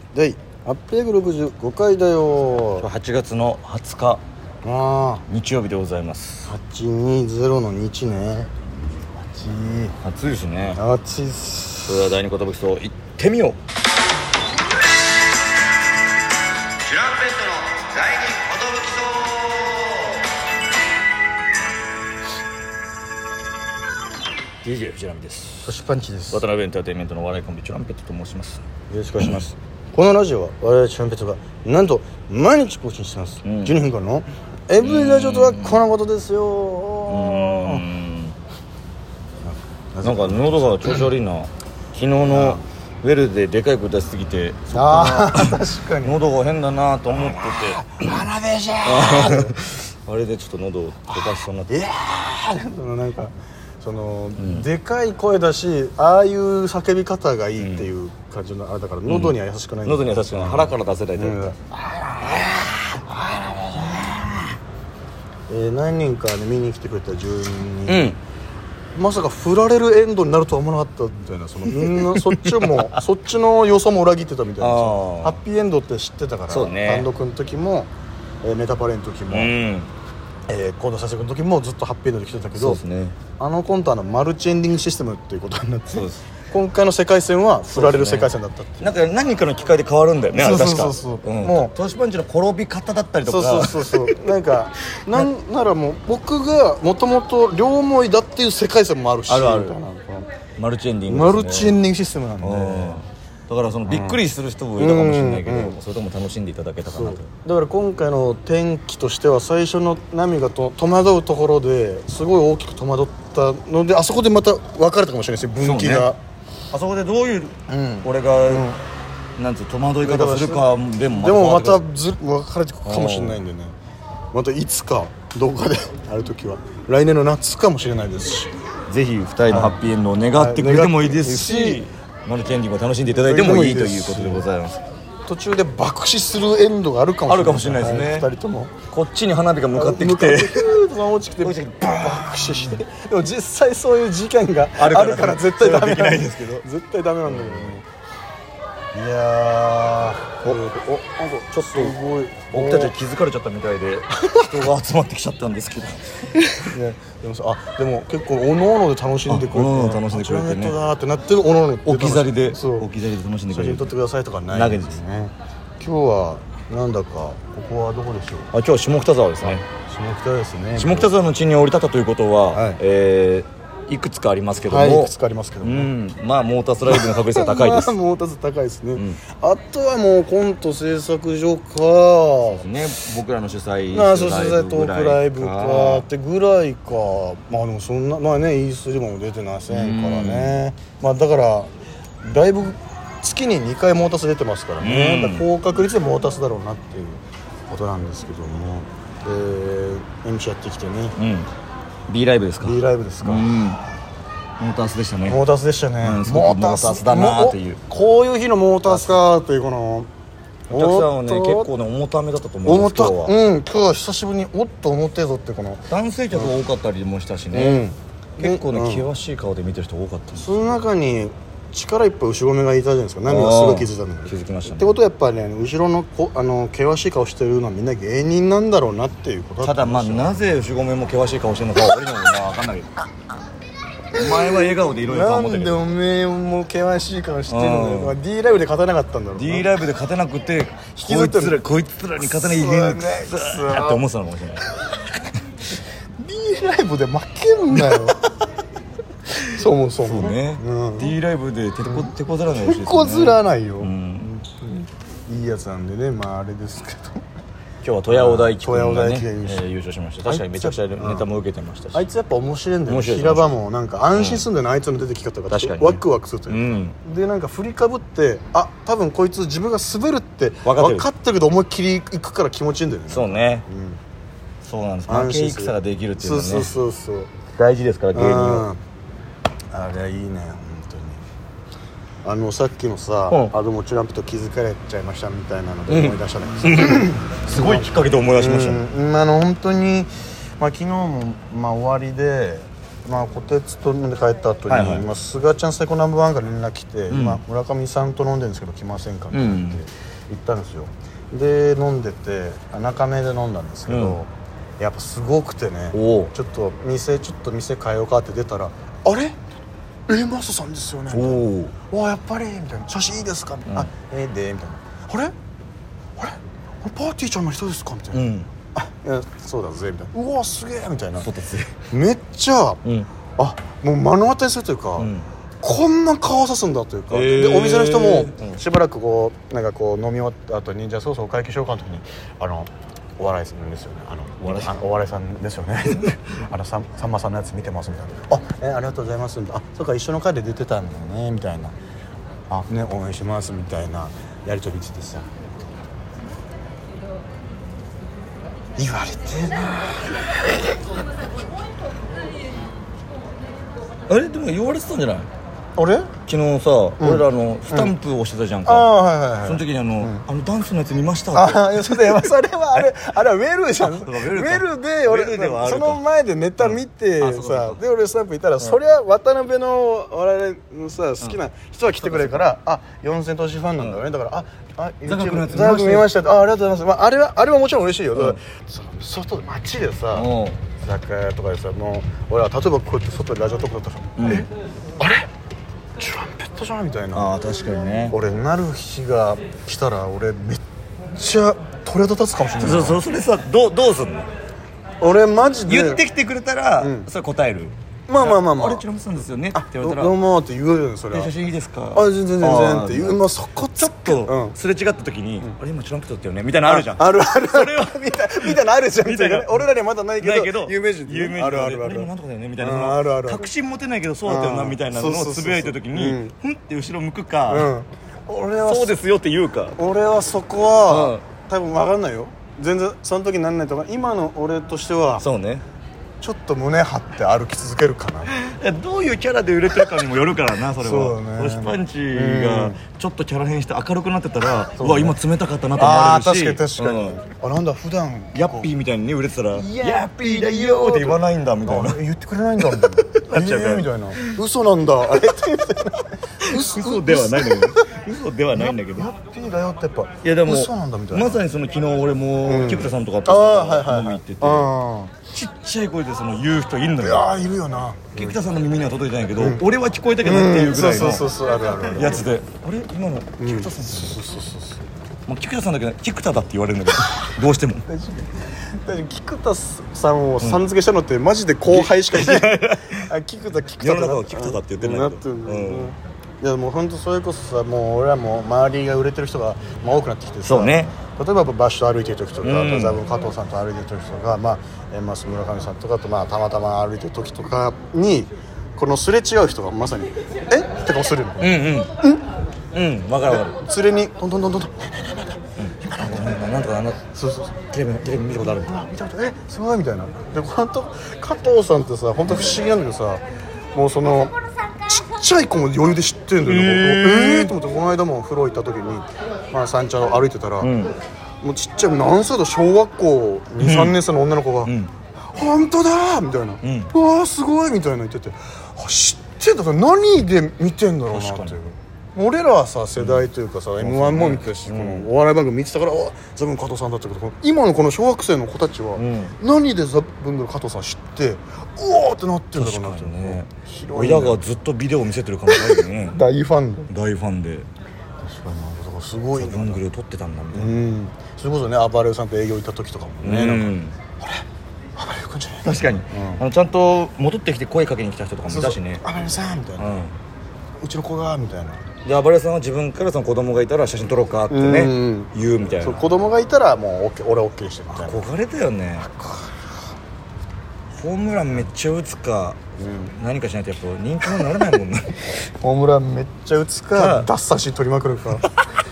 第865回だよ。 8月の20日日曜日でございます。 820の日ね。 暑いしね。 暑いっす。 それでは第2言武器と行ってみよう。チュランペットの第2言武器と DJ 藤波です。 トシパンチです。 渡辺エンターテインメントの笑いコンビチュランペットと申します。 よろしくお願いします。このラジオは我々チュランペットがなんと毎日更新してます。12分間のエブリラジオとはこのことですよ。 なんか喉が調子悪いな。昨日のウェルででかい声出しすぎて、 確かに喉が変だなと思ってて、 花火じゃあれでちょっと喉を溶かしそうになって、 なんかその、でかい声だし、ああいう叫び方がいいっていう感じのあれだから、喉には優しくない、 喉には優しくない、腹から出せないというか、 何人か、ね、見に来てくれた住人に、まさか振られるエンドになるとは思わなかったみたいな、そのみんなそっちもそっちの予想も裏切ってたみたいな、ハッピーエンドって知ってたから、 そうね、 単独の時も、ネタパレの時も、近藤先生の時もずっとハッピーエンドで来てたけど、 そうですね、 あのコントはマルチエンディングシステムっていうことになって、今回の世界線は振られる世界線だったっていう、 なんか何かの機会で変わるんだよね。確かもうトシパンチの転び方だったりとか、 そうなんかなんならもう僕がもともと両思いだっていう世界線もあるし、 あるみたいなマルチエンディング、 マルチエンディングシステムなんで、 だからそのびっくりする人もいたかもしれないけど、それとも楽しんでいただけたかなと。 だから今回の転機としては、最初のナミが戸惑うところですごい大きく戸惑ったので、あそこでまた分かれたかもしれないですよ、分岐が、 あそこでどういう、俺が、なんていう戸惑い方するかでもまた分かれていくかもしれないんでね、またいつかどこかである時は来年の夏かもしれないですし、 ぜひ2人のハッピーエンドを願ってくれてもいいですし、マルチエンディングを楽しんでいただいてもいいということでございます。 途中で爆死するエンドがあるかもしれないですね。2人ともこっちに花火が向かってきて、 落ちて爆死して、でも実際そういう事件があるから絶対ダメなんですけど、絶対ダメなんだけどね。いやー、なんかちょっとすごい僕たちは気づかれちゃったみたいで人が集まってきちゃったんですけどね、でも結構おのおので楽しんでくれて、 楽しんでくれてね、 だってなってるおのおの置き去りで楽しんでくれて、 写真撮ってくださいとかないんですね。今日はなんだか、ここはどこでしょう。 今日は下北沢ですね。 下北ですね。 下北沢の地に降り立ったということは、いくつかありますけども、 いくつかありますけども、 まあモータースライブの確率は高いですモータース高いですね、あとはもうコント制作所か、 ね、僕らの主催トークライブかってぐらいか。まあでもそんな、まあね E3 も出てませんからね、まあだからだいぶ月に2回モータス出てますからね、だから高確率でモータスだろうなっていうことなんですけども、MC やってきてね、 B ライブですか。 B ライブですか、 モータースでしたね。 モータースでしたね、 モータースだなっていう、 こういう日のモータースかっていう、このお客さんはね結構ね重ためだったと思うんです。今日は今日は久しぶりにおっと重てえぞって、この男性客が多かったりもしたしね、結構ね険しい顔で見てる人多かったんです。 その中に力いっぱい後ろ目がいたじゃないですか。何がすごい気づいたんだけど、 気づきましたね。 ってことはやっぱりね、後ろの険しい顔してるのはみんな芸人なんだろうなっていうことだったんですよ。 ただまあなぜ牛込も険しい顔してるのか俺にも分かんないけどお前は笑顔でいろいろ顔持ってるけど、 なんでおめえも険しい顔してるのよ、D ライブで勝てなかったんだろうな。 D ライブで勝てなくて、こいつらに勝てない芸人くそーって思ってたのかもしれない D ライブで負けんなよそもそもね、D ライブで手こずらないでほしいですね。 手こずらないよ、いいやつなんでね。まああれですけど、 今日は戸谷小田一君がね優勝しました。確かにめちゃくちゃネタも受けてましたし、 あいつやっぱ面白いんだよね。平場もなんか安心するんだよね、あいつの出てき方がワクワクするというか、でなんか振りかぶって、多分こいつ自分が滑るって分かってるけど思いっきりいくから気持ちいいんだよね。 そうね、そうなんです。負け戦ができるっていうのはね、 そう大事ですから、芸人は。 あれいいね、本当に。さっきのさ、もちろんと気づかれちゃいましたみたいなので思い出したんですすごいきっかけで思い出しましたね。 本当に、昨日も、終わりでまあこてつと飲んで帰った後に、 はいはいまあ、菅ちゃん最高ナンバーワンから連絡来て、 うんまあ、村上さんと飲んでるんですけど来ませんかってうん言って行ったんですよ。で飲んでて中目で飲んだんですけど、やっぱすごくてね、 おうちょっと店変えようかって出たら、あれAマスさんですよねみたいな、 おおわやっぱりみたいな、写真いいですかみたいな、あでみたいな、あれパーティーちゃんの人ですかみたいな、 うんあいやそうだぜみたいな、うわすげえみたいな、 そうですねめっちゃ、 うんあもう目の当たりするというか、 うんこんな顔さすんだというか、でお店の人もしばらくこうなんかこう飲み終わった後にじゃあそろそろお会計しようかの時にお笑いさんですよね、お笑いさんですよねさんまさんのやつ見てますみたいな、ありがとうございますみたいな、そうか一緒の回で出てたんだよねみたいな、ね応援しますみたいなやり取りしてさ、言われてえなあれでも言われてたんじゃない？ あれ昨日さ、俺らスタンプをしてたじゃんか、 はいはいはい、 その時にダンスのやつ見ましたって。 いやそれはあれはウェルじゃん。ウェルで俺ウェルではあるかその前でネタ見てさ、で俺スタンプいたら、そりゃ渡辺の我々のさ好きな人は来てくれるから、四千頭身ファンなんだよね、だからザカ君のやつザカ君見ましたって、ありがとうございます、あれはもちろん嬉しいよ、だから外で街でさ居酒屋とかでさ、もう俺は例えばこうやって外でラジオトークだったらさ、あれトランペットじゃんみたいな、 確かにね、 俺なる日が来たら俺めっちゃ鳥肌立つかもしれない。 それさどうすんの？ 俺マジで言ってきてくれたら、それ答える。 まああれチラムさんですよねって言われたら、 どうもって言うよね、それは。 写真いいですか？ 全然っていう、まあそこちょっとすれ違った時に、あれ今チランペットだったよねみたいなのあるじゃん。 あるそれはみたいなあるじゃんみたいな、俺らにはまだないけど有名人ある今なんとかだよねみたいな、 ある確信持てないけどそうだったよなみたいなのをつぶやいた時にふんって後ろ向くか、 俺はそうですよって言うか。 俺はそこは多分分かんないよ、全然その時なんないとか、今の俺としてはそうね、 ちょっと胸張って歩き続けるかな。 どういうキャラで売れてるかにもよるからな、それは。 そうね、 トシパンチがちょっとキャラ変して明るくなってたら、うわ今冷たかったなと思われるし、 確かに、なんだ普段ヤッピーみたいにね売れてたら、ヤッピーだよって言わないんだみたいな、 言ってくれないんだみたいな、なっちゃうからみたいな、嘘なんだあれ嘘ではないんだけど、嘘ではないんだけど、 ヤッピーだよってやっぱ、 いやでも嘘なんだみたいな、 まさにその昨日俺も菊田さんとかと飲み行ってて、ちっちゃい声で言う人いるのよ。 いやいるよな。 菊田さんの耳には届いてないけど、俺は聞こえたけどっていうぐらいのやつで、あれ今の菊田さんですよね。もう菊田さんだけど菊田だって言われるんだけど、どうしても菊田さんをさん付けしたのってマジで後輩しかいない菊田世の中は菊田だって言ってないけど、 いやもう本当それこそさ、もう俺らも周りが売れてる人が多くなってきてさ、 そうね、 例えば場所歩いてる時とか、多分加藤さんと歩いてる時とか、村上さんとかとたまたま歩いてる時とかにこのすれ違う人がまさにって顔するの。 分かる連れにトントンなんとかそうテレビ見たことある、 見たことすごいみたいな。で本当加藤さんってさ本当不思議なんだけどさ、もうそのちっちゃい子も余裕で知ってるんだよ。と思ってこの間も風呂行った時に三茶を歩いてたら、もうちっちゃい何歳だ小学校 2,3 年生の女の子が本当だみたいな、うわすごいみたいな言ってて、知ってたから何で見てんだろうなっていう。俺らはさ世代というかさ、M1 も見てたし、このお笑い番組見てたからザブン加藤さんだったけど、今のこの小学生の子たちは何でザブンの加藤さん知ってうおーってなってるんだろうなって。 親がずっとビデオを見せてる可能性あるよね大ファンで確かに、だからすごいザブングルを撮ってたんだみたいな、 それこそね暴れさんと営業行った時とかもね、なんかあれ暴れくんじゃない、 確かに、ちゃんと戻ってきて声かけに来た人とかもいたしね、 暴れさんみたいな、うちの子がみたいな。 で暴れさんは自分からその子供がいたら写真撮ろうかってね、言うみたいな。 子供がいたらもう俺 OK してみたいな。 憧れたよね。ホームランめっちゃ打つか、何かしないとやっぱ人気者になれないもんねホームランめっちゃ打つか奪三振取りまくるか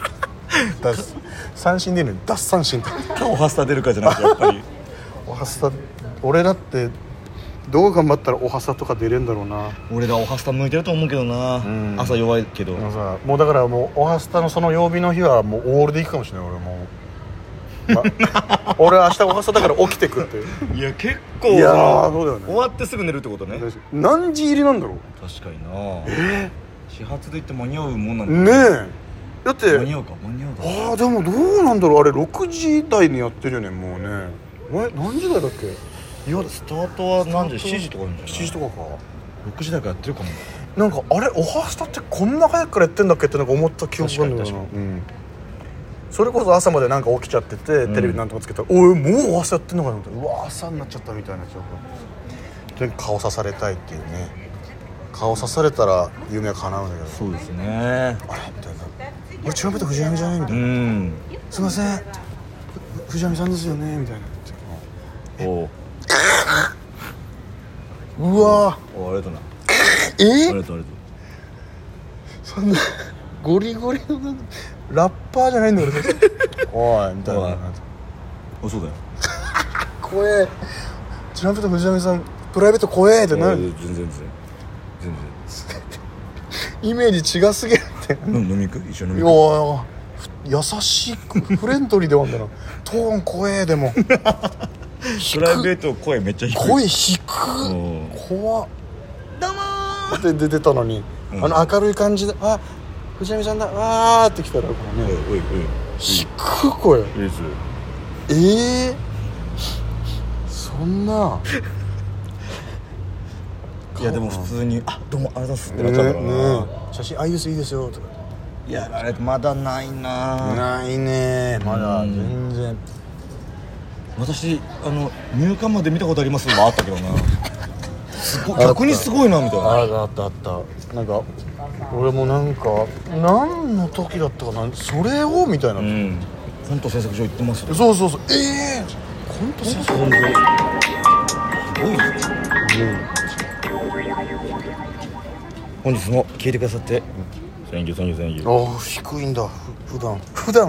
三振出るのに奪三振ってオハスタ出るかじゃなくて、やっぱりオハスタ、俺だってどう頑張ったらオハスタとか出れんだろうな。 俺がオハスタ向いてると思うけどな、朝弱いけど。 もうだからもうオハスタのその曜日の日はもうオールで行くかもしれない俺も俺は明日お朝だから起きてくっていう。 いや結構いやーそうだよね。 終わってすぐ寝るってことね。 何時入りなんだろう。 確かにな。始発で行って間に合うもんなんだねえ。だって間に合うか。 ああでもどうなんだろう、あれ6時台にやってるよねもうね。何時台だっけ。 いやスタートは何時？7時とかなんじゃない？ 7時とかか。 6時台からやってるかも。 なんかあれおはスタってこんな早くからやってんだっけってなんか思った記憶があるんだよな。それこそ朝までなんか起きちゃってて、テレビなんとかつけたら、おいもう朝やってんのかなって、うわ朝になっちゃったみたいな記憶。で顔刺されたいっていうね。顔刺されたら夢は叶うんだけど。 そうですね。 あれみたいな。俺チュランペット藤波じゃないみたいな。すいません藤波さんですよねみたいな。 おうわおありがとうな。 ありがとう。 そんなゴリゴリのラッパーじゃないんだよ俺。おいみたいな。 あそうだよ。 怖え。チュランペット藤波さんプライベート怖えってなる。 全然イメージ違すぎるって。 飲み行く？一緒に飲み行く？優しいフレンドリーではあんだな。トーン怖えでもプライベート声めっちゃ低い。 声低怖っ。どうもーって出たのに、明るい感じであ藤波さんだわーって来たらこうね低く声そんな。 いやでも普通にどうもありがとうございますってなっちゃうからな。 写真いいですよとか。 いやあれまだないな。 ないねまだ全然。 私入管まで見たことありますもあったけどな。逆にすごいなみたいな。 あったなんか俺もなんか何の時だったかなそれをみたいな。 コント制作所行ってますよ。 そうコント制作所すごいね。 本日も聞いてくださってThank you。 低いんだ普段